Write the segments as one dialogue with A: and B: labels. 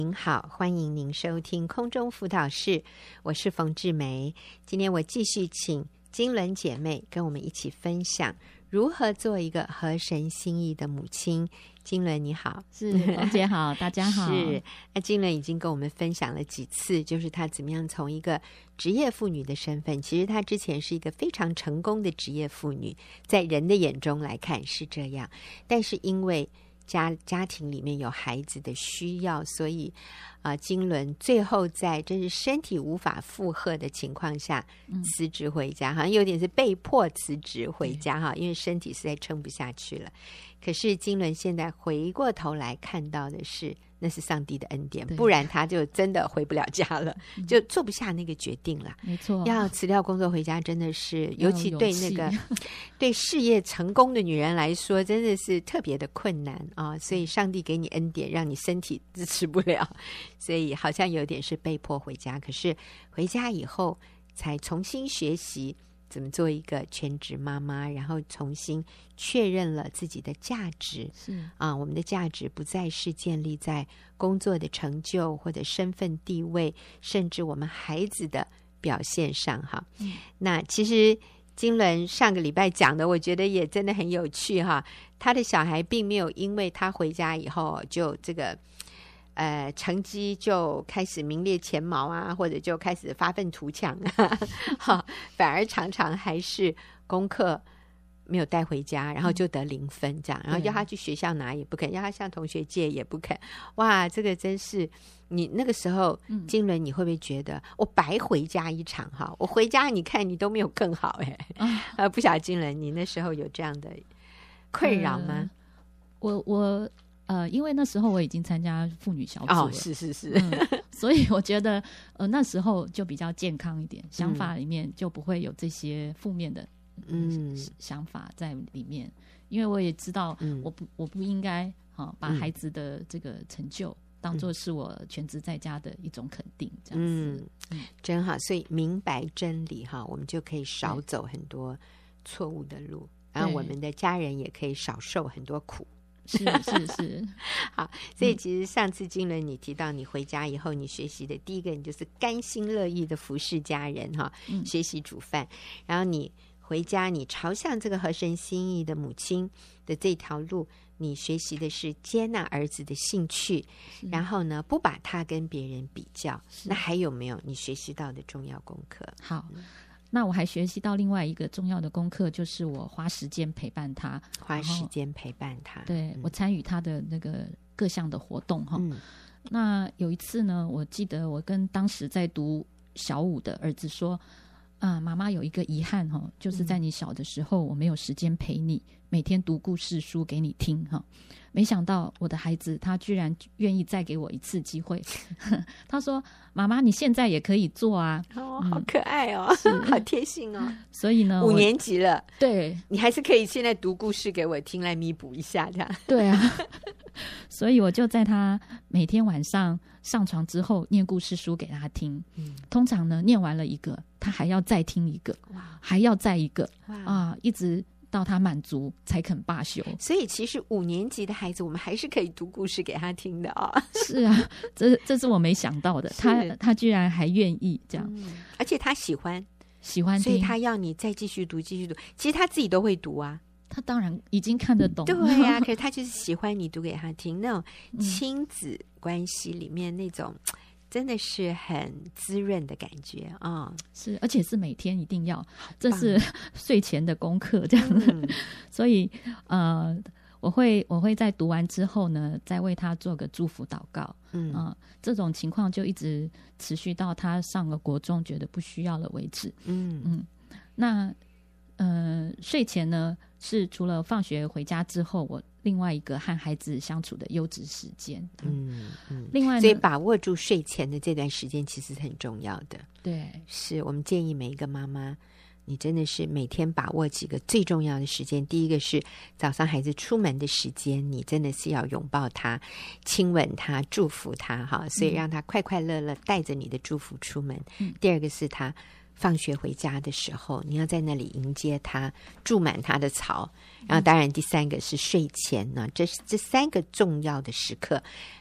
A: 您好，欢迎您收听空中辅导室，我是冯志梅。今天我继续请金伦姐妹跟我们一起分享如何做一个合神心意的母亲。金伦你好。
B: 是，冯姐好，大家好。
A: 是，那金伦已经跟我们分享了几次，就是她怎么样从一个职业妇女的身份，其实她之前是一个非常成功的职业妇女，在人的眼中来看是这样，但是因为家庭里面有孩子的需要，所以金伦最后在真是身体无法负荷的情况下辞职回家，好像有点是被迫辞职回家哈，因为身体实在撑不下去了。可是金伦现在回过头来看到的是，那是上帝的恩典，不然他就真的回不了家了，就做不下那个决定了。
B: 没错，
A: 要辞掉工作回家真的是，尤其对那个对事业成功的女人来说，真的是特别的困难啊！所以上帝给你恩典，让你身体支持不了，所以好像有点是被迫回家。可是回家以后，才重新学习怎么做一个全职妈妈，然后重新确认了自己的价值。
B: 是
A: 我们的价值不再是建立在工作的成就或者身份地位，甚至我们孩子的表现上哈。那其实金伦上个礼拜讲的，我觉得也真的很有趣哈。他的小孩并没有因为他回家以后就这个成绩就开始名列前茅啊，或者就开始发愤图强啊，反而常常还是功课没有带回家，然后就得0分这样，然后要他去学校拿也不肯，要他向同学借也不肯。哇，这个真是你那个时候金伦你会不会觉得我白回家一场哈？我回家你看你都没有更好不晓得金伦你那时候有这样的困扰吗？
B: 我因为那时候我已经参加妇女小组了，
A: 是
B: 所以我觉得那时候就比较健康一点，想法里面就不会有这些负面的想法在里面，因为我也知道我不应该把孩子的这个成就当作是我全职在家的一种肯定，这样子
A: 真好。所以明白真理哈，我们就可以少走很多错误的路，然后我们的家人也可以少受很多苦。
B: 是
A: 好，所以其实上次金伦你提到你回家以后你学习的第一个，你就是甘心乐意的服侍家人哈，学习煮饭，然后你回家你朝向这个合神心意的母亲的这条路，你学习的是接纳儿子的兴趣，然后呢不把他跟别人比较。那还有没有你学习到的重要功课？
B: 好，那我还学习到另外一个重要的功课，就是我花时间陪伴他，对，我参与他的那个各项的活动哈。那有一次呢，我记得我跟当时在读小5的儿子说妈妈有一个遗憾哈，就是在你小的时候我没有时间陪你，每天读故事书给你听哈。没想到我的孩子他居然愿意再给我一次机会他说妈妈你现在也可以做啊。
A: 好可爱哦好贴心哦。
B: 所以呢5
A: 年级了，
B: 对，
A: 你还是可以现在读故事给我听来弥补一下这样。
B: 对啊所以我就在他每天晚上上床之后念故事书给他听，通常呢念完了一个他还要再听一个，还要再一个一直到他满足才肯罢休。
A: 所以其实5年级的孩子我们还是可以读故事给他听的
B: 是啊，这是我没想到的，他居然还愿意这样，
A: 而且他喜欢
B: 听，
A: 所以他要你再继续读。其实他自己都会读啊，
B: 他当然已经看得懂了。
A: 对啊可是他就是喜欢你读给他听，那种亲子关系里面那种真的是很滋润的感觉
B: 是，而且是每天一定要，这是睡前的功课这样子所以我会在读完之后呢再为他做个祝福祷告这种情况就一直持续到他上了国中觉得不需要了为止。那睡前呢是除了放学回家之后我另外一个和孩子相处的优质时间。另外呢，
A: 所以把握住睡前的这段时间其实是很重要的。
B: 对，
A: 是我们建议每一个妈妈你真的是每天把握几个最重要的时间。第一个是早上孩子出门的时间，你真的是要拥抱他亲吻他祝福他所以让他快快乐乐带着你的祝福出门。第二个是他放学回家的时候，你要在那里迎接他，注满他的槽。然后当然第三个是睡前呢，这3个重要的时刻，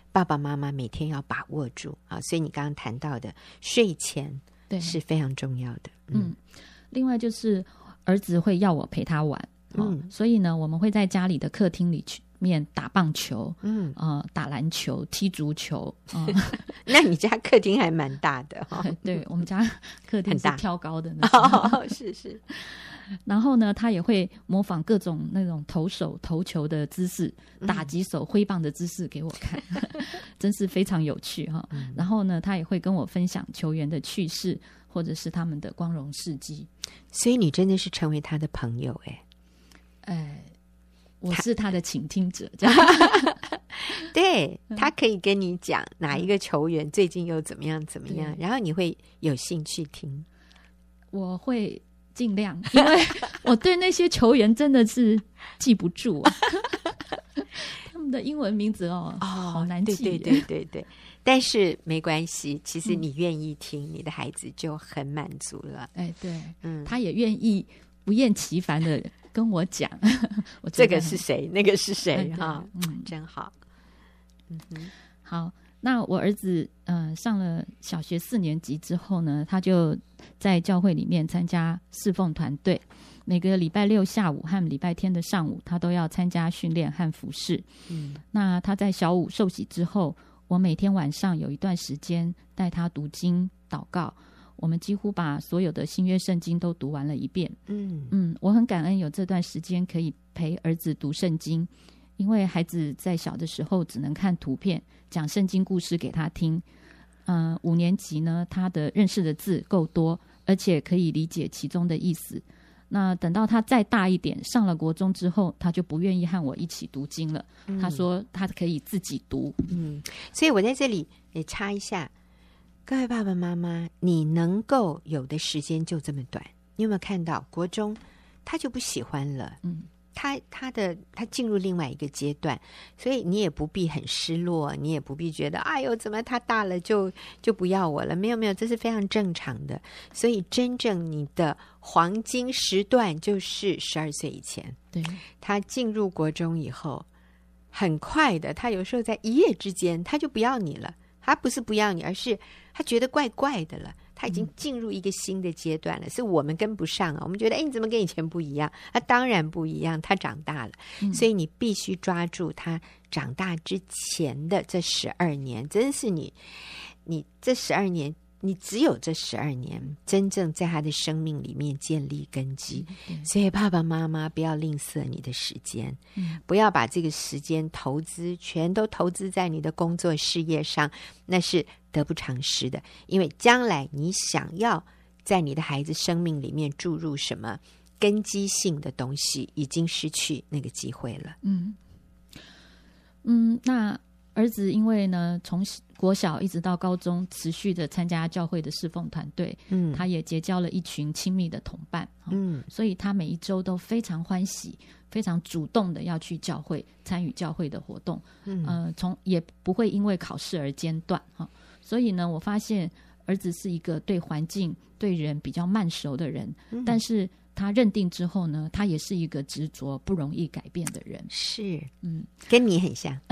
A: 爸爸妈妈每天要把握住啊。所以你刚刚谈到的睡前是非常重要的。
B: 另外就是儿子会要我陪他玩，所以呢，我们会在家里的客厅里面打棒球，打篮球，踢足球。
A: 那你家客厅还蛮大的
B: 对，我们家客厅是挑高的那种。
A: 是。
B: 然后呢，他也会模仿各种那种投手投球的姿势，打击手挥棒的姿势给我看，真是非常有趣哈。然后呢，他也会跟我分享球员的趣事，或者是他们的光荣事迹。
A: 所以你真的是成为他的朋友
B: 我是他的倾听者，这样。
A: 对，他可以跟你讲哪一个球员最近又怎么样，然后你会有兴趣听。
B: 我会尽量，因为我对那些球员真的是记不住他们的英文名字好难记。
A: 对。但是没关系，其实你愿意听，你的孩子就很满足了。
B: 对，他也愿意不厌其烦的跟我讲
A: 这个是谁，那个是谁真好。
B: 好，那我儿子上了小学4年级之后呢，他就在教会里面参加侍奉团队，每个礼拜6下午和礼拜天的上午，他都要参加训练和服事。那他在小5受洗之后，我每天晚上有一段时间带他读经祷告，我们几乎把所有的新约圣经都读完了一遍。我很感恩有这段时间可以陪儿子读圣经，因为孩子在小的时候只能看图片，讲圣经故事给他听。5年级呢，他的认识的字够多，而且可以理解其中的意思。那等到他再大一点，上了国中之后，他就不愿意和我一起读经了。他说他可以自己读。
A: 所以我在这里也插一下，各位爸爸妈妈，你能够有的时间就这么短，你有没有看到国中他就不喜欢了？他进入另外一个阶段，所以你也不必很失落，你也不必觉得哎呦怎么他大了就不要我了，没有，这是非常正常的。所以真正你的黄金时段就是12岁以前。
B: 对，
A: 他进入国中以后，很快的，他有时候在一夜之间他就不要你了。他不是不要你，而是他觉得怪怪的了，他已经进入一个新的阶段了，是我们跟不上啊。我们觉得你怎么跟以前不一样？当然不一样，他长大了。所以你必须抓住他长大之前的这12年，真是你这12年，你只有这12年真正在他的生命里面建立根基。所以爸爸妈妈不要吝啬你的时间，不要把这个时间全都投资在你的工作事业上，那是得不偿失的。因为将来你想要在你的孩子生命里面注入什么根基性的东西，已经失去那个机会了。
B: 那儿子因为呢，从国小一直到高中持续的参加教会的侍奉团队，他也结交了一群亲密的同伴，所以他每一周都非常欢喜，非常主动的要去教会参与教会的活动，也不会因为考试而间断。所以呢，我发现儿子是一个对环境对人比较慢熟的人，但是他认定之后呢，他也是一个执着不容易改变的人。
A: 是，跟你很像。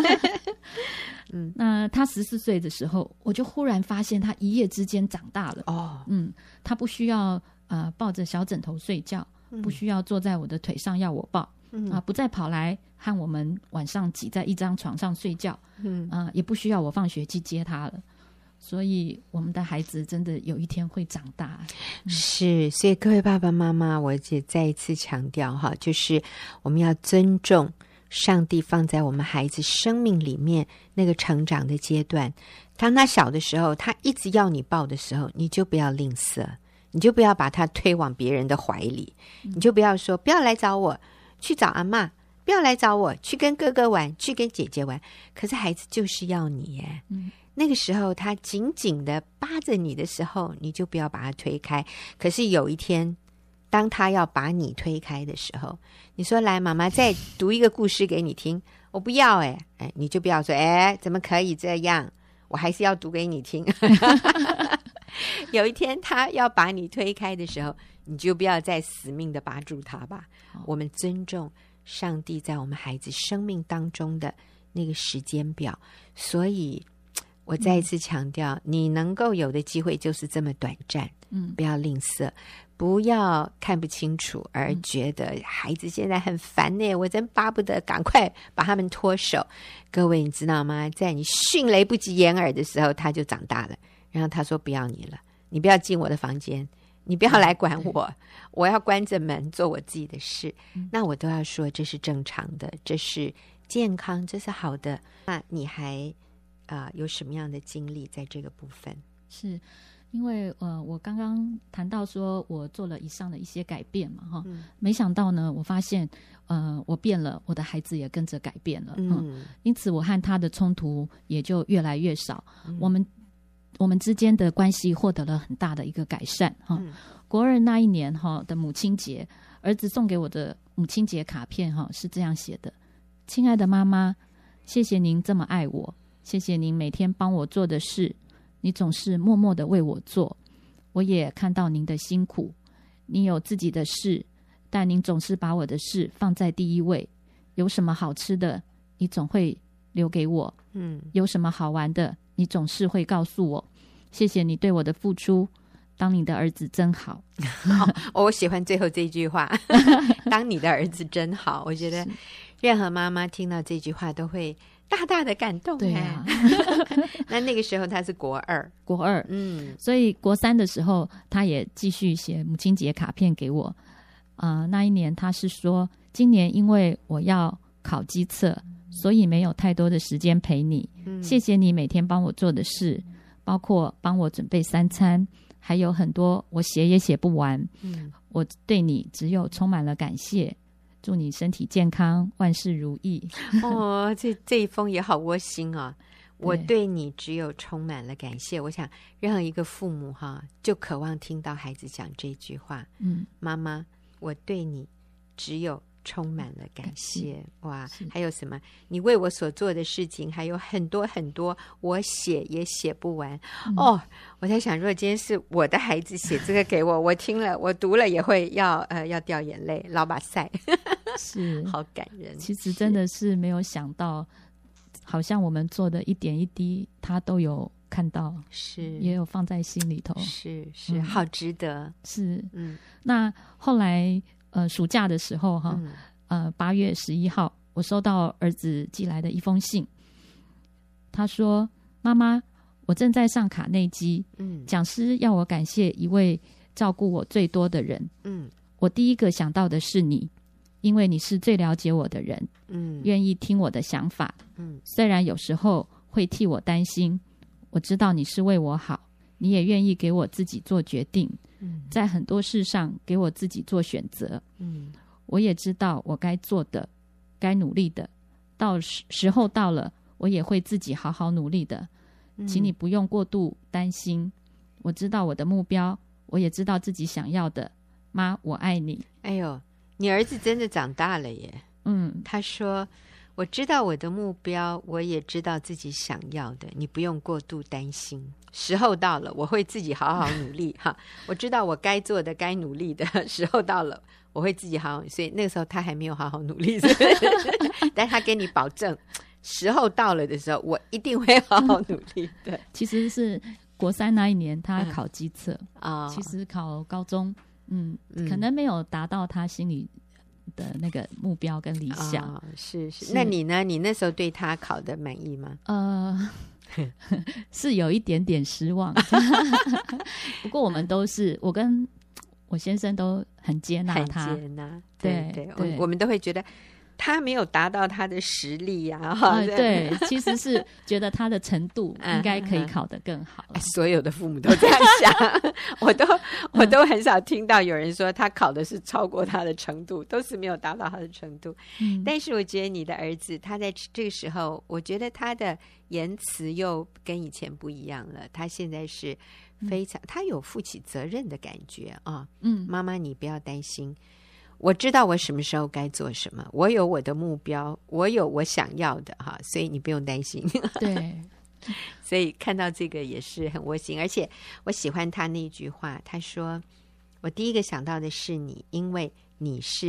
B: 那他14岁的时候，我就忽然发现他一夜之间长大了。他不需要抱着小枕头睡觉，不需要坐在我的腿上要我抱，不再跑来和我们晚上挤在一张床上睡觉，也不需要我放学去接他了。所以我们的孩子真的有一天会长大。
A: 是，所以各位爸爸妈妈，我也再一次强调哈，就是我们要尊重上帝放在我们孩子生命里面那个成长的阶段。当他小的时候，他一直要你抱的时候，你就不要吝啬，你就不要把他推往别人的怀里，你就不要说不要来找我，去找阿嬷，不要来找我，去跟哥哥玩，去跟姐姐玩。可是孩子就是要你耶。那个时候他紧紧的扒着你的时候，你就不要把他推开。可是有一天当他要把你推开的时候，你说来妈妈再读一个故事给你听，我不要你就不要说怎么可以这样，我还是要读给你听。有一天他要把你推开的时候，你就不要再死命的扒住他吧。我们尊重上帝在我们孩子生命当中的那个时间表。所以我再一次强调，你能够有的机会就是这么短暂，不要吝啬，不要看不清楚而觉得孩子现在很烦呢，我真巴不得赶快把他们脱手。各位你知道吗，在你迅雷不及掩耳的时候他就长大了，然后他说不要你了，你不要进我的房间，你不要来管我，我要关着门做我自己的事。那我都要说这是正常的，这是健康，这是好的。那你还有什么样的经历在这个部分？
B: 是因为我刚刚谈到说我做了以上的一些改变嘛，哈，没想到呢，我发现我变了，我的孩子也跟着改变了，因此我和他的冲突也就越来越少，我们之间的关系获得了很大的一个改善，哈。国二那一年哈的母亲节，儿子送给我的母亲节卡片哈是这样写的：亲爱的妈妈，谢谢您这么爱我，谢谢您每天帮我做的事，你总是默默的为我做，我也看到您的辛苦，你有自己的事，但您总是把我的事放在第一位，有什么好吃的你总会留给我，有什么好玩的你总是会告诉我，谢谢你对我的付出，当你的儿子真好。
A: 我喜欢最后这句话当你的儿子真好。我觉得任何妈妈听到这句话都会大大的感动。
B: 对啊
A: 那个时候他是国二，
B: 所以国三的时候他也继续写母亲节卡片给我。那一年他是说，今年因为我要考基测，所以没有太多的时间陪你，谢谢你每天帮我做的事，包括帮我准备3餐，还有很多我写也写不完，我对你只有充满了感谢，祝你身体健康，万事如意。
A: 这一封也好窝心啊！我对你只有充满了感谢。我想任何一个父母就渴望听到孩子讲这句话。妈妈，我对你只有充满了感谢。哇，还有什么？你为我所做的事情还有很多很多，我写也写不完。我在想，如果今天是我的孩子写这个给我，我听了我读了也会要掉眼泪，老把塞。
B: 是
A: 好感人。
B: 其实真的是没有想到，好像我们做的一点一滴他都有看到，
A: 是
B: 也有放在心里头，
A: 是好值得。
B: 是那后来暑假的时候8月11号我收到儿子寄来的一封信，他说，妈妈，我正在上卡内基，讲师要我感谢一位照顾我最多的人，我第一个想到的是你，因为你是最了解我的人，愿意听我的想法，虽然有时候会替我担心，我知道你是为我好，你也愿意给我自己做决定，在很多事上给我自己做选择，我也知道我该做的，该努力的，到时候到了，我也会自己好好努力的，请你不用过度担心，我知道我的目标，我也知道自己想要的，妈，我爱你。
A: 哎呦，你儿子真的长大了耶。他说，我知道我的目标，我也知道自己想要的，你不用过度担心，时候到了我会自己好好努力我知道我该做的该努力的，时候到了我会自己好好，所以那个时候他还没有好好努力但他给你保证时候到了的时候我一定会好好努力的。
B: 其实是国3那一年他考基测其实考高中可能没有达到他心里的那个目标跟理想。
A: 是那你呢？你那时候对他考得满意吗？
B: 是有一点点失望不过我们都是，我跟我先生都很接纳他，
A: 很接纳。对，我们都会觉得他没有达到他的实力
B: 对，其实是觉得他的程度应该可以考得更好
A: 所有的父母都这样想我都很少听到有人说他考的是超过他的程度，都是没有达到他的程度但是我觉得你的儿子他在这个时候，我觉得他的言辞又跟以前不一样了，他现在是非常他有负起责任的感觉妈妈你不要担心，我知道我什么时候该做什么，我有我的目标，我有我想要的所以你不用担心
B: 对
A: 所以看到这个也是很窝心。而且我喜欢他那句话，他说，我第一个想到的是你，因为你是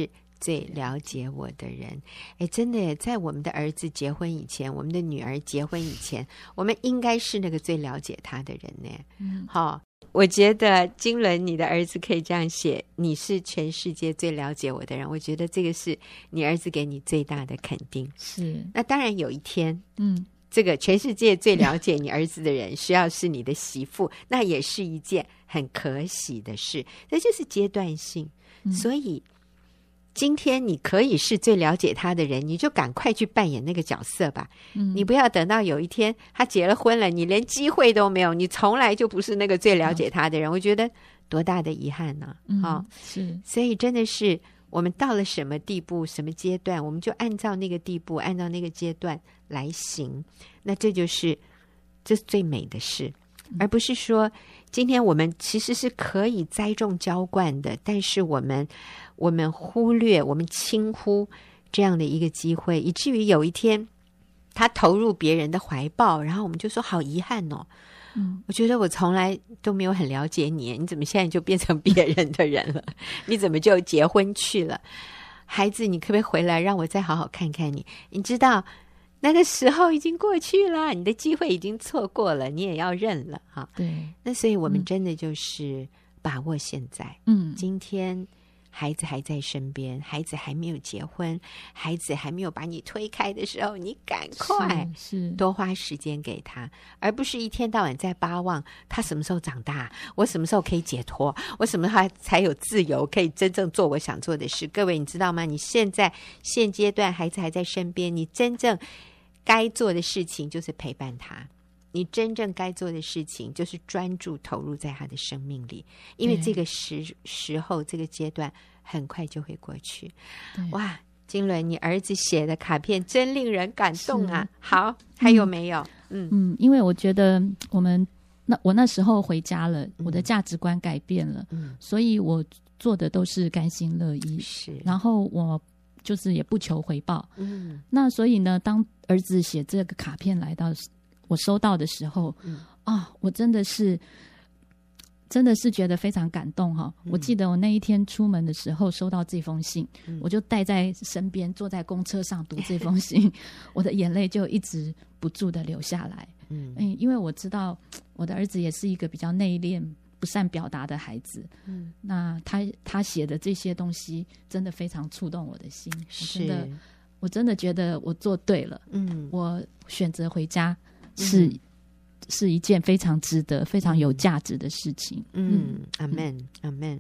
A: 最了解我的人。哎，真的耶，在我们的儿子结婚以前，我们的女儿结婚以前，我们应该是那个最了解他的人呢。好，我觉得金伦你的儿子可以这样写，你是全世界最了解我的人，我觉得这个是你儿子给你最大的肯定。
B: 是，
A: 那当然有一天这个全世界最了解你儿子的人需要是你的媳妇，那也是一件很可喜的事，这就是阶段性。所以今天你可以是最了解他的人，你就赶快去扮演那个角色吧。你不要等到有一天他结了婚了，你连机会都没有，你从来就不是那个最了解他的人，我觉得多大的遗憾呢？
B: 是，
A: 所以真的是我们到了什么地步什么阶段，我们就按照那个地步按照那个阶段来行，那这是最美的事。而不是说今天我们其实是可以栽种浇灌的，但是我们忽略，我们轻忽这样的一个机会，以至于有一天他投入别人的怀抱，然后我们就说好遗憾哦。我觉得我从来都没有很了解你，你怎么现在就变成别人的人了？你怎么就结婚去了？孩子，你可不可以回来让我再好好看看你？你知道那个时候已经过去了，你的机会已经错过了，你也要认了哈。
B: 对，
A: 那所以我们真的就是把握现在。今天孩子还在身边，孩子还没有结婚，孩子还没有把你推开的时候，你赶快多花时间给他，而不是一天到晚在巴望他什么时候长大，我什么时候可以解脱，我什么时候才有自由可以真正做我想做的事。各位你知道吗？你现阶段孩子还在身边，你真正该做的事情就是陪伴他，你真正该做的事情就是专注投入在他的生命里，因为这个时候这个阶段很快就会过去。哇，金伦你儿子写的卡片真令人感动啊。好，还有没有？
B: 因为我觉得我那时候回家了，我的价值观改变了，所以我做的都是甘心乐意，是，然后我就是也不求回报。那所以呢，当儿子写这个卡片来到我收到的时候，我真的是觉得非常感动哈。我记得我那一天出门的时候收到这封信，我就带在身边，坐在公车上读这封信，我的眼泪就一直不住的流下来。因为我知道我的儿子也是一个比较内敛不善表达的孩子，那他写的这些东西真的非常触动我的心。我真的觉得我做对了。我选择回家是一件非常值得非常有价值的事情。
A: 阿们阿们。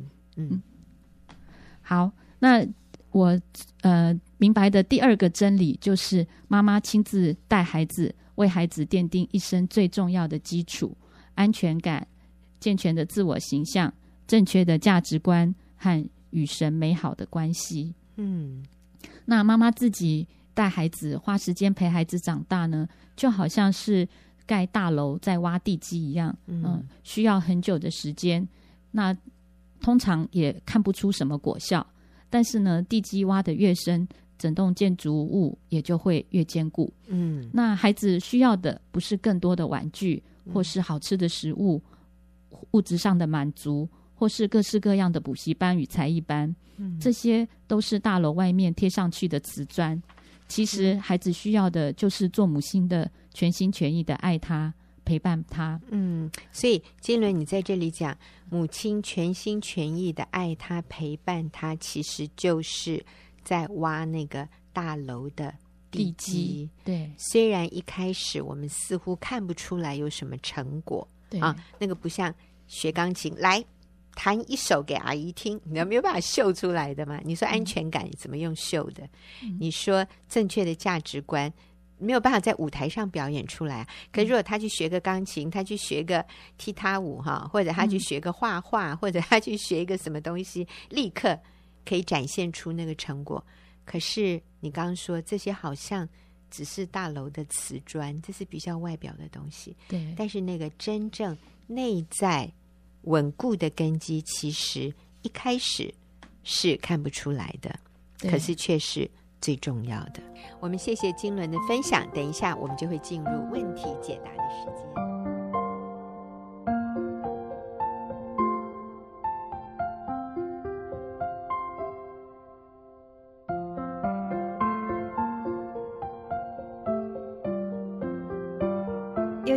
B: 好，那我明白的第二个真理就是妈妈亲自带孩子，为孩子奠定一生最重要的基础，安全感，健全的自我形象，正确的价值观和与神美好的关系。那妈妈自己带孩子，花时间陪孩子长大呢，就好像是盖大楼在挖地基一样，需要很久的时间，那通常也看不出什么果效，但是呢，地基挖得越深，整栋建筑物也就会越坚固。那孩子需要的不是更多的玩具，或是好吃的食物，物质上的满足，或是各式各样的补习班与才艺班，这些都是大楼外面贴上去的瓷砖。其实孩子需要的就是做母亲的全心全意的爱他，陪伴他。
A: 所以金伦你在这里讲母亲全心全意的爱他陪伴他，其实就是在挖那个大楼的地基。
B: 对，
A: 虽然一开始我们似乎看不出来有什么成果，那个不像学钢琴来弹一首给阿姨听，你没有办法秀出来的嘛。你说安全感怎么用秀的？你说正确的价值观没有办法在舞台上表演出来。可如果他去学个钢琴，他去学个踢踏舞或者他去学个画画，或者他去学一个什么东西，立刻可以展现出那个成果。可是你刚刚说这些好像只是大楼的瓷砖，这是比较外表的东西。
B: 对，
A: 但是那个真正内在稳固的根基，其实一开始是看不出来的，可是却是最重要的。我们谢谢金伦的分享，等一下我们就会进入问题解答的时间。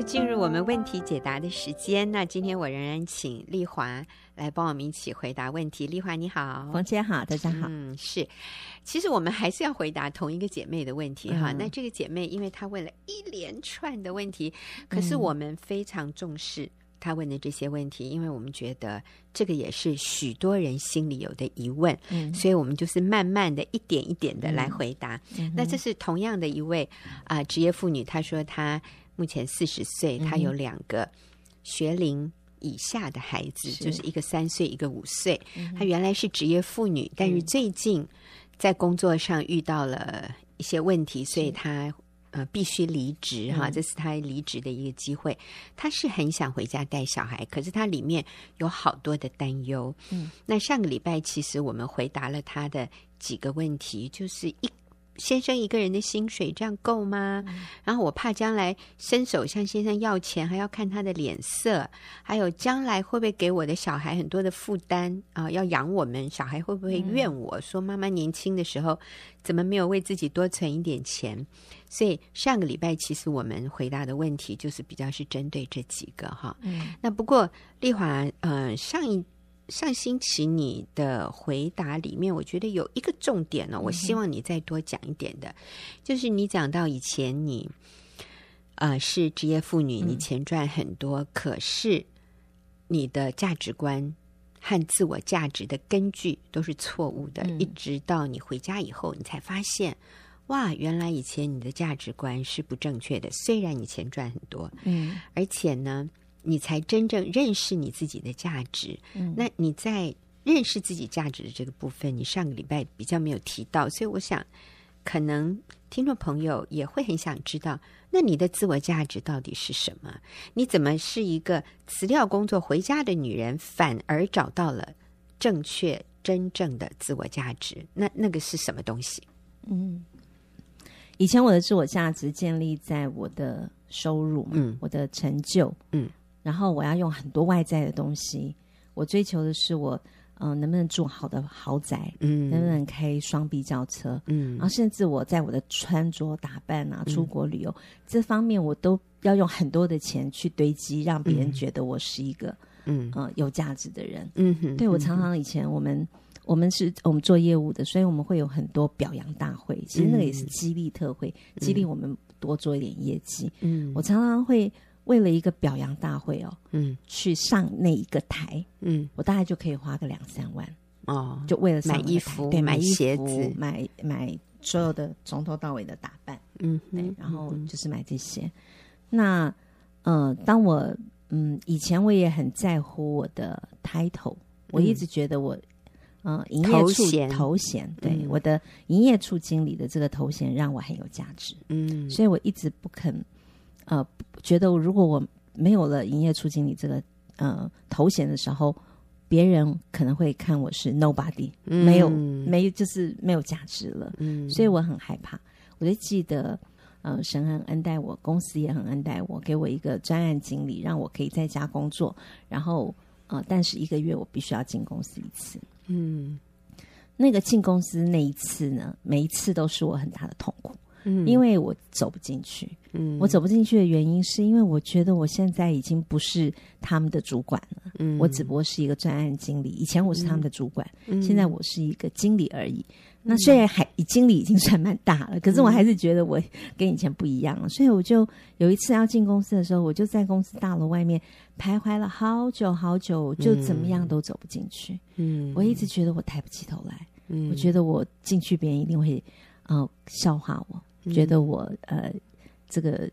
A: 进入我们问题解答的时间。那今天我仍然请丽华来帮我们一起回答问题。丽华你好。
C: 冯姐好，大家好。
A: 是，其实我们还是要回答同一个姐妹的问题哈。那这个姐妹因为她问了一连串的问题，可是我们非常重视她问的这些问题，因为我们觉得这个也是许多人心里有的疑问，所以我们就是慢慢的一点一点的来回答。那这是同样的一位职业妇女，她说她目前40岁，她有2个学龄以下的孩子，就是一个3岁一个5岁。她原来是职业妇女，但是最近在工作上遇到了一些问题，所以她必须离职哈，这是她离职的一个机会。她是很想回家带小孩，可是她里面有好多的担忧。那上个礼拜其实我们回答了她的几个问题，就是先生一个人的薪水这样够吗？然后我怕将来伸手向先生要钱，还要看他的脸色，还有将来会不会给我的小孩很多的负担要养我们，小孩会不会怨我，说妈妈年轻的时候怎么没有为自己多存一点钱？所以上个礼拜其实我们回答的问题就是比较是针对这几个哈。那不过丽华上星期你的回答里面，我觉得有一个重点我希望你再多讲一点的，就是你讲到以前你是职业妇女，你钱赚很多，可是你的价值观和自我价值的根据都是错误的，一直到你回家以后，你才发现哇，原来以前你的价值观是不正确的，虽然你钱赚很多，而且呢你才真正认识你自己的价值。那你在认识自己价值的这个部分，你上个礼拜比较没有提到，所以我想可能听众朋友也会很想知道，那你的自我价值到底是什么？你怎么是一个辞掉工作回家的女人，反而找到了正确真正的自我价值？那个是什么东西？
C: 以前我的自我价值建立在我的收入，我的成就，然后我要用很多外在的东西，我追求的是我能不能住好的豪宅，能不能开双 B 轿车，然后甚至我在我的穿着打扮出国旅游这方面，我都要用很多的钱去堆积，让别人觉得我是一个有价值的人。对，我常常以前我们做业务的，所以我们会有很多表扬大会，其实那个也是激励特会，激励我们多做一点业绩。我常常会为了一个表扬大会去上那一个台，我大概就可以花个2-3万就为了上
A: 买衣服，
C: 对，买
A: 鞋子，
C: 买所有的从头到尾的打扮，对，然后就是买这些。那当我以前我也很在乎我的 title，我一直觉得我营业处头衔，对，我的营业处经理的这个头衔让我很有价值，所以我一直不肯觉得如果我没有了营业处经理这个头衔的时候，别人可能会看我是 nobody，就是没有价值了，所以我很害怕。我就记得神很恩待我，公司也很恩待我，给我一个专案经理，让我可以在家工作，然后但是1个月我必须要进公司1次。那个进公司那一次呢，每一次都是我很大的痛苦，因为我走不进去。我走不进去的原因是因为我觉得我现在已经不是他们的主管了，我只不过是一个专案经理。以前我是他们的主管，现在我是一个经理而已。那虽然经理已经算蛮大了，可是我还是觉得我跟以前不一样了。所以我就有一次要进公司的时候，我就在公司大楼外面徘徊了好久好久，就怎么样都走不进去。我一直觉得我抬不起头来，我觉得我进去别人一定会笑话我，觉得我这个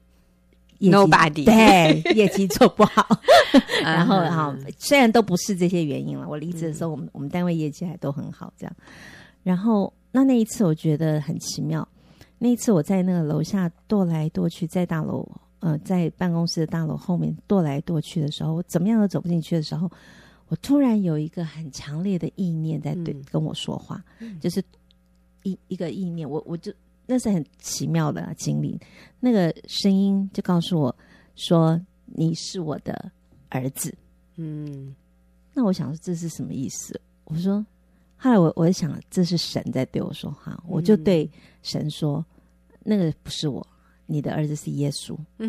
A: nobody
C: 对业绩做不好然后虽然都不是这些原因了，我离职的时候我们单位业绩还都很好这样。然后那一次我觉得很奇妙，那一次我在那个楼下踱来踱去，在大楼在办公室的大楼后面踱来踱去的时候，我怎么样都走不进去的时候，我突然有一个很强烈的意念在跟我说话，就是一个意念，我就那是很奇妙的经历。那个声音就告诉我说你是我的儿子。那我想说这是什么意思？我说后来我想这是神在对我说话，我就对神说那个不是我，你的儿子是耶稣。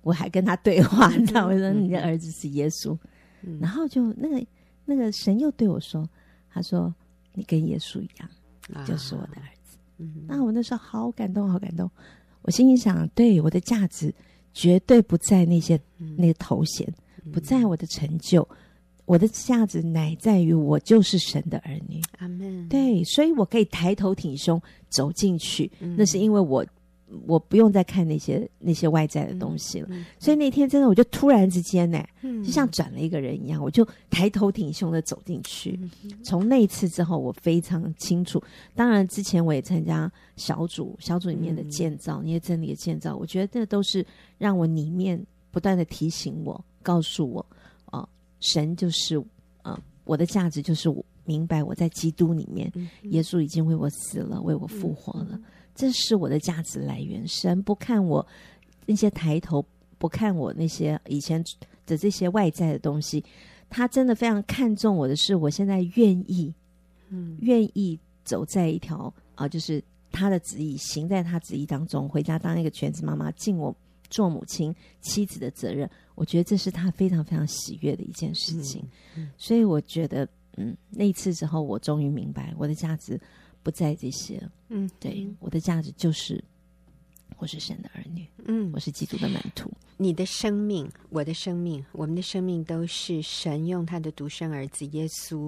C: 我还跟他对话，你知道，我说你的儿子是耶稣，然后就那个神又对我说，他说你跟耶稣一样，就是我的儿子。那我那时候好感动，好感动。我心里想，对，我的价值绝对不在那个头衔，不在我的成就，我的价值乃在于我就是神的儿女。
A: 阿们。
C: 对，所以我可以抬头挺胸走进去，那是因为我不用再看那些外在的东西了。所以那天真的我就突然之间就像转了一个人一样，我就抬头挺胸的走进去。从那一次之后我非常清楚，当然之前我也参加小组里面的建造，那些真理的建造，我觉得那都是让我里面不断的提醒我，告诉我神就是我的价值就是我明白我在基督里面，耶稣已经为我死了，为我复活了，这是我的价值来源。神不看我那些抬头，不看我那些以前的这些外在的东西，他真的非常看重我的是我现在愿意走在一条就是他的旨意，行在他旨意当中，回家当一个全职妈妈，尽我做母亲妻子的责任。我觉得这是他非常非常喜悦的一件事情。所以我觉得那一次之后我终于明白我的价值不在这些。对，我的价值就是我是神的儿女，我是基督的门徒。
A: 你的生命，我的生命，我们的生命都是神用他的独生儿子耶稣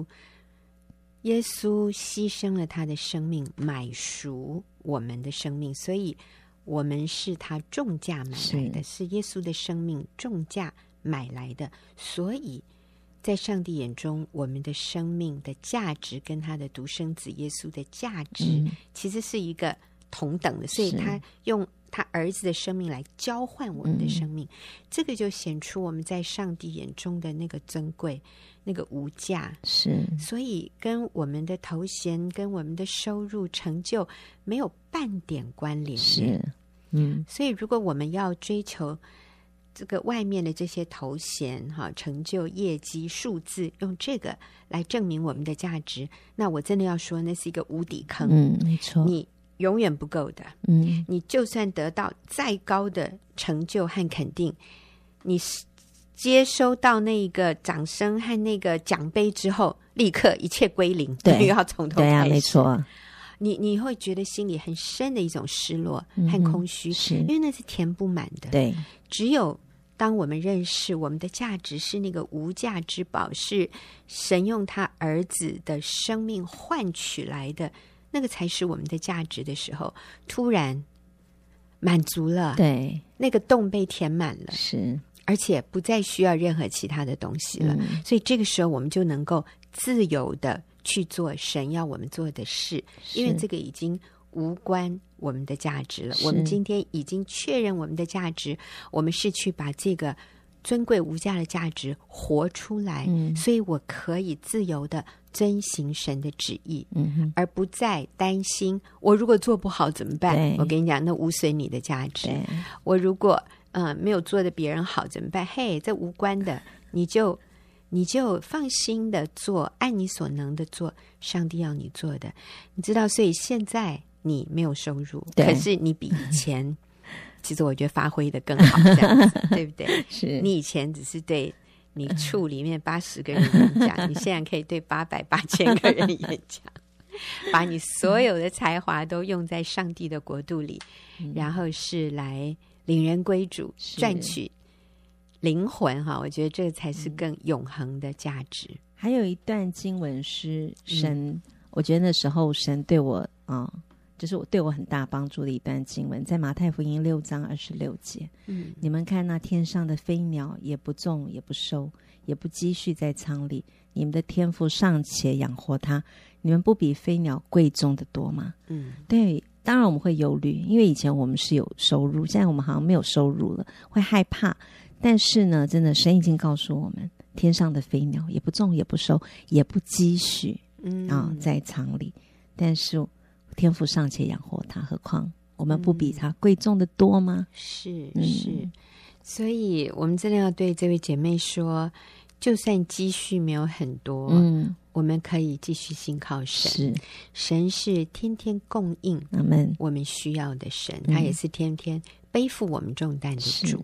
A: 牺牲了他的生命买赎我们的生命，所以我们是他重价买来的，是耶稣的生命重价买来的。所以在上帝眼中，我们的生命的价值跟他的独生子耶稣的价值其实是一个同等的，所以他用他儿子的生命来交换我们的生命，这个就显出我们在上帝眼中的那个尊贵，那个无价。
C: 是，
A: 所以跟我们的头衔跟我们的收入成就没有半点关联。
C: 是，
A: 所以如果我们要追求这个外面的这些头衔成就、业绩、数字，用这个来证明我们的价值，那我真的要说那是一个无底坑。
C: 没错，
A: 你永远不够的。你就算得到再高的成就和肯定，你接收到那个掌声和那个奖杯之后，立刻一切归零，
C: 对，
A: 又要从头开始。
C: 对啊，没错。
A: 你会觉得心里很深的一种失落和空虚，因为那是填不满的。
C: 对，
A: 只有当我们认识我们的价值是那个无价之宝，是神用他儿子的生命换取来的，那个才是我们的价值的时候，突然满足了。
C: 对，
A: 那个洞被填满了，
C: 是，
A: 而且不再需要任何其他的东西了。所以这个时候我们就能够自由的去做神要我们做的事，因为这个已经无关我们的价值了。我们今天已经确认我们的价值，我们是去把这个尊贵无价的价值活出来，所以我可以自由的遵行神的旨意，而不再担心我如果做不好怎么办。我跟你讲，那无损你的价值。我如果没有做的别人好怎么办？嘿，这无关的，你就放心的做，按你所能的做上帝要你做的。你知道，所以现在你没有收入，可是你比以前其实我觉得发挥的更好，这样子对不对？
C: 是，
A: 你以前只是对你处里面80个人演讲，你现在可以对800、8000个人演讲，把你所有的才华都用在上帝的国度里，然后是来领人归主，赚取灵魂哈，我觉得这个才是更永恒的价值。
C: 还有一段经文是神，我觉得那时候神对我就是对我很大帮助的一段经文，在马太福音6章26节。你们看那天上的飞鸟，也不种也不收也不积蓄在仓里，你们的天父尚且养活它，你们不比飞鸟贵重的多吗？对，当然我们会忧虑，因为以前我们是有收入，现在我们好像没有收入了，会害怕。但是呢，真的神已经告诉我们，天上的飞鸟也不种也不收也不积蓄在仓里，但是天父尚且养活它，何况我们不比它贵重的多吗？
A: 是，所以我们真的要对这位姐妹说，就算积蓄没有很多，我们可以继续信靠神。神是天天供应我们需要的神，他也是天天背负我们重担的主。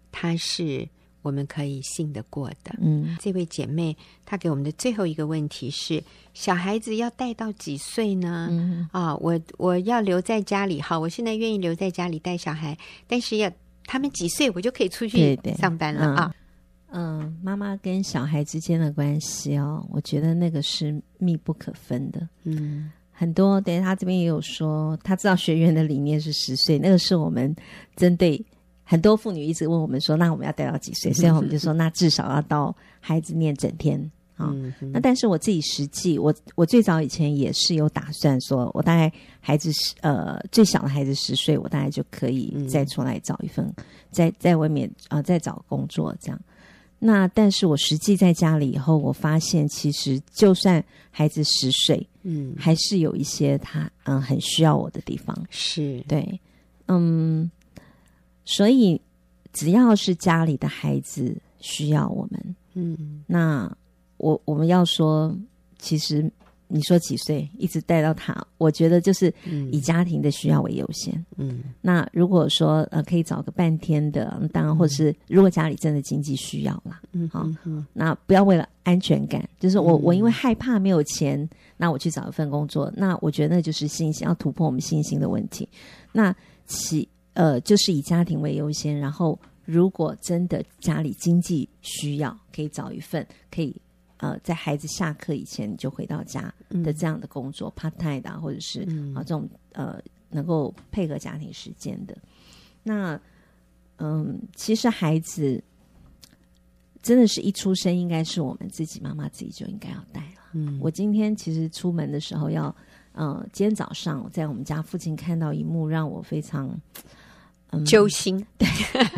A: 他是我们可以信得过的。这位姐妹她给我们的最后一个问题是：小孩子要带到几岁呢？我要留在家里，好，我现在愿意留在家里带小孩，但是要他们几岁我就可以出去上班了啊？
C: 妈妈跟小孩之间的关系我觉得那个是密不可分的。很多对他这边也有说，他知道学员的理念是10岁，那个是我们针对很多妇女一直问我们说，那我们要带到几岁？所以我们就说，那至少要到孩子念整天。那但是我自己实际，我最早以前也是有打算说，我大概孩子最小的孩子10岁，我大概就可以再出来找一份，在外面再找工作这样。那但是我实际在家里以后，我发现其实就算孩子10岁，还是有一些他很需要我的地方。是对，所以只要是家里的孩子需要我们，那我们要说，其实你说几岁一直带到他，我觉得就是以家庭的需要为优先。那如果说可以找个半天的，当然，或者是如果家里真的经济需要啦，那不要为了安全感，就是我因为害怕没有钱，那我去找一份工作，那我觉得那就是信心，要突破我们信心的问题。那就是以家庭为优先，然后如果真的家里经济需要，可以找一份可以在孩子下课以前你就回到家的这样的工作，part time 的或者是这种能够配合家庭时间的。那其实孩子真的是一出生应该是我们自己妈妈自己就应该要带了。我今天其实出门的时候今天早上我在我们家附近看到一幕让我非常
A: 揪心。对。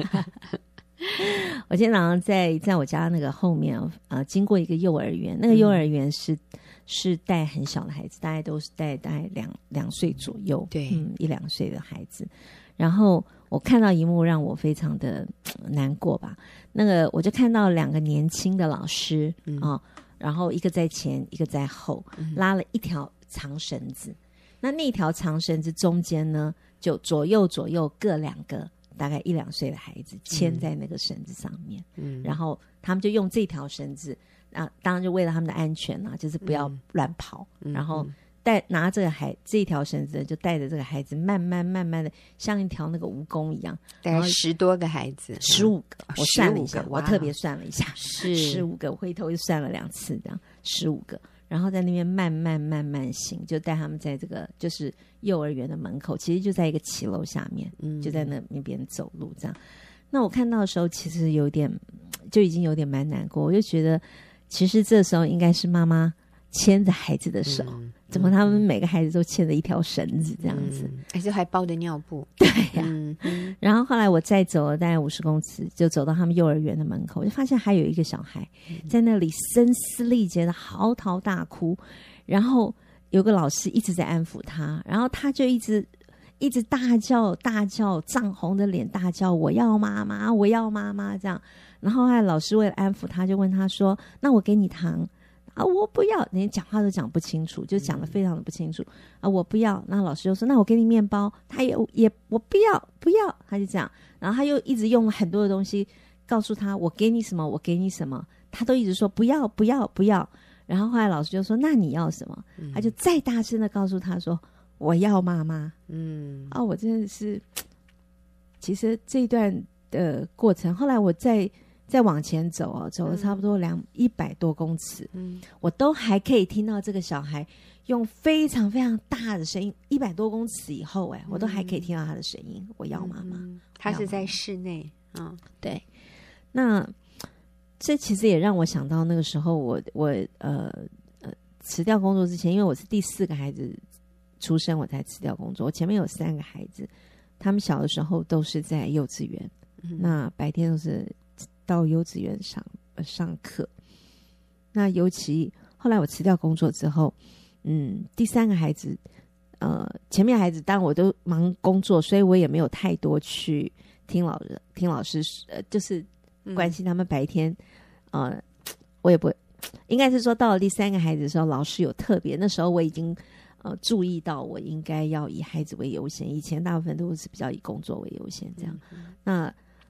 C: 我今天早上在我家那个后面经过一个幼儿园，那个幼儿园是带很小的孩子，大概都是带大概2岁左右，对，1-2岁的孩子。然后我看到一幕让我非常的难过吧。那个我就看到2个年轻的老师然后一个在前，一个在后，拉了一条长绳子。那条长绳子中间呢，就左右各2个。大概1-2岁的孩子牵在那个绳子上面，然后他们就用这条绳子，当然就为了他们的安全就是不要乱跑，然后拿这条绳子就带着这个孩子慢慢的像一条那个蜈蚣一样，
A: 大概10多个孩子
C: ，15个，我算了一下，我特别算了一下，是15个，我回头又算了2次，这样15个。然后在那边慢慢行，就带他们在这个就是幼儿园的门口，其实就在一个骑楼下面，就在那边走路这样。那我看到的时候，其实就已经有点蛮难过，我就觉得其实这时候应该是妈妈牵着孩子的手，怎么他们每个孩子都牵着一条绳子这样子，
A: 而且还包的尿布。
C: 对呀，然后后来我再走了大概50公尺，就走到他们幼儿园的门口，我就发现还有一个小孩在那里声嘶力竭的嚎啕大哭，然后有个老师一直在安抚他，然后他就一直大叫，涨红的脸大叫，我要妈妈，我要妈妈这样。然后后来老师为了安抚他，就问他说，那我给你糖我不要，连讲话都讲不清楚，就讲得非常的不清楚我不要。那老师就说，那我给你面包，他也我不要，他就这样。然后他又一直用了很多的东西告诉他，我给你什么，我给你什么，他都一直说不要。然后后来老师就说，那你要什么？他就再大声的告诉他说，我要妈妈。我真的是，其实这一段的过程，后来我再往前走走了差不多100多公尺，我都还可以听到这个小孩用非常非常大的声音，100多公尺以后我都还可以听到他的声音，我要妈妈。
A: 他是在室内
C: 对。那这其实也让我想到那个时候我辞掉工作之前，因为我是第4个孩子出生我才辞掉工作，我前面有3个孩子，他们小的时候都是在幼稚园，那白天都是到幼稚园上课。那尤其后来我辞掉工作之后，第3个孩子前面孩子当然我都忙工作，所以我也没有太多去听老师就是关心他们白天我也不会，应该是说到了第3个孩子的时候，老师有特别，那时候我已经注意到我应该要以孩子为优先，以前大部分都是比较以工作为优先这样。那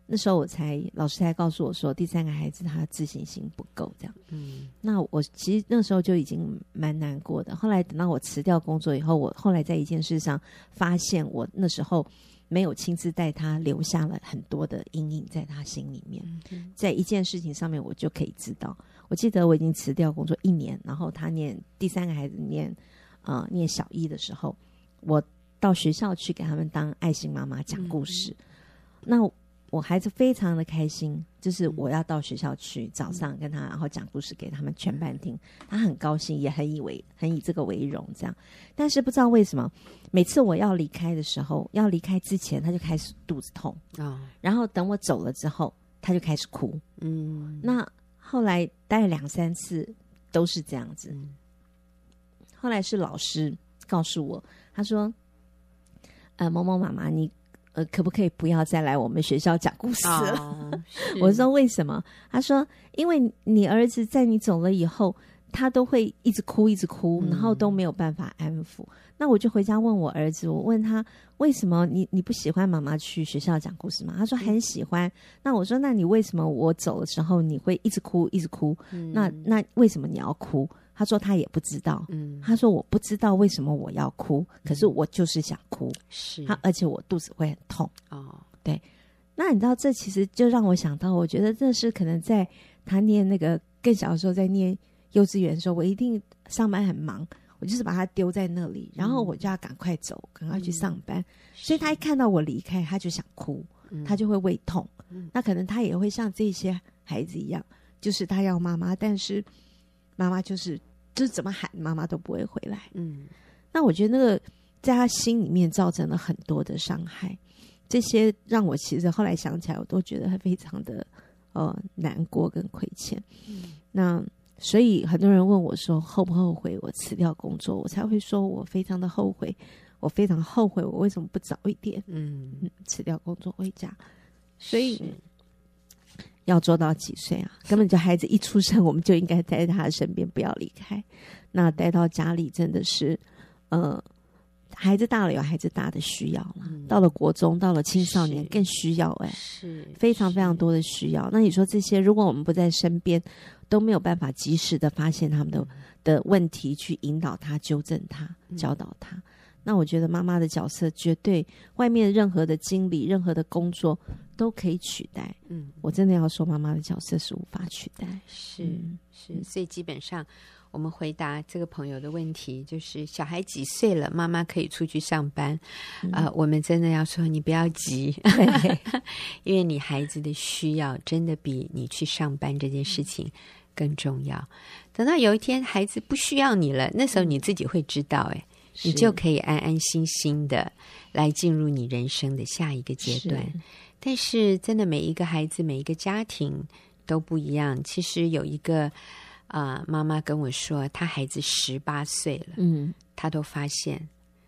C: 那时候老师才告诉我说，第3个孩子他自信心不够这样。那我其实那时候就已经蛮难过的。后来等到我辞掉工作以后，我后来在一件事上发现，我那时候没有亲自带他，留下了很多的阴影在他心里面。在一件事情上面，我就可以知道。我记得我已经辞掉工作1年，然后他第3个孩子念小1的时候，我到学校去给他们当爱心妈妈讲故事。那我孩子非常的开心，就是我要到学校去早上跟他，然后讲故事给他们全班听，他很高兴，也很以这个为荣这样。但是不知道为什么，每次我要离开的时候，要离开之前他就开始肚子痛然后等我走了之后他就开始哭。那后来大概2、3次都是这样子。后来是老师告诉我，他说某某妈妈，你可不可以不要再来我们学校讲故事了？我说为什么？他说因为你儿子在你走了以后，他都会一直哭，然后都没有办法安抚。那我就回家问我儿子，我问他为什么你不喜欢妈妈去学校讲故事吗？他说很喜欢。那我说那你为什么我走的时候你会一直哭？那为什么你要哭？他说他也不知道。他说我不知道为什么我要哭，可是我就是想哭。而且我肚子会很痛。对。那你知道这其实就让我想到，我觉得这是可能在他念那个更小的时候，在念幼稚园的时候，我一定上班很忙，我就是把他丢在那里，然后我就要赶快走，赶快去上班。所以他一看到我离开，他就想哭，他就会胃痛。那可能他也会像这些孩子一样，就是他要妈妈，但是妈妈就是怎么喊妈妈都不会回来。那我觉得那个在他心里面造成了很多的伤害，这些让我其实后来想起来，我都觉得非常的难过跟亏欠。那所以很多人问我说后不后悔我辞掉工作，我才会说我非常的后悔，我非常后悔我为什么不早一点辞掉工作回家。所以要做到几岁啊？根本就孩子一出生我们就应该待在他的身边，不要离开。那待到家里真的是孩子大了有孩子大的需要了，到了国中，到了青少年更需要是非常非常多的需要。那你说这些如果我们不在身边，都没有办法及时的发现他们的问题，去引导他、纠正他、教导他。那我觉得妈妈的角色绝对外面任何的经理、任何的工作都可以取代。我真的要说妈妈的角色是无法取代。
A: 是，所以基本上我们回答这个朋友的问题，就是小孩几岁了，妈妈可以出去上班。我们真的要说你不要急因为你孩子的需要真的比你去上班这件事情更重要。等到有一天孩子不需要你了，那时候你自己会知道你就可以安安心心的来进入你人生的下一个阶段。但是真的每一个孩子、每一个家庭都不一样。其实有一个妈妈跟我说，她孩子18岁了，她都发现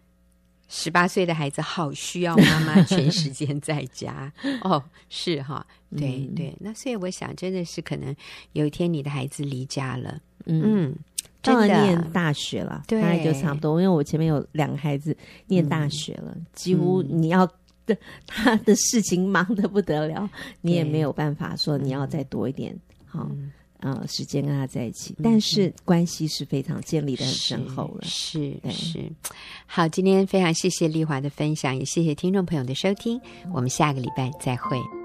A: 18岁的孩子好需要妈妈全时间在家。是哈，对对。那所以我想真的是可能有一天你的孩子离家了，
C: 到了念大学了，
A: 大
C: 概就差不多。因为我前面有2个孩子念大学了，几乎你要他的事情忙得不得了，你也没有办法说你要再多一点时间跟他在一起。但是关系是非常建立的很深厚了。
A: 是。好，今天非常谢谢丽华的分享，也谢谢听众朋友的收听，我们下个礼拜再会。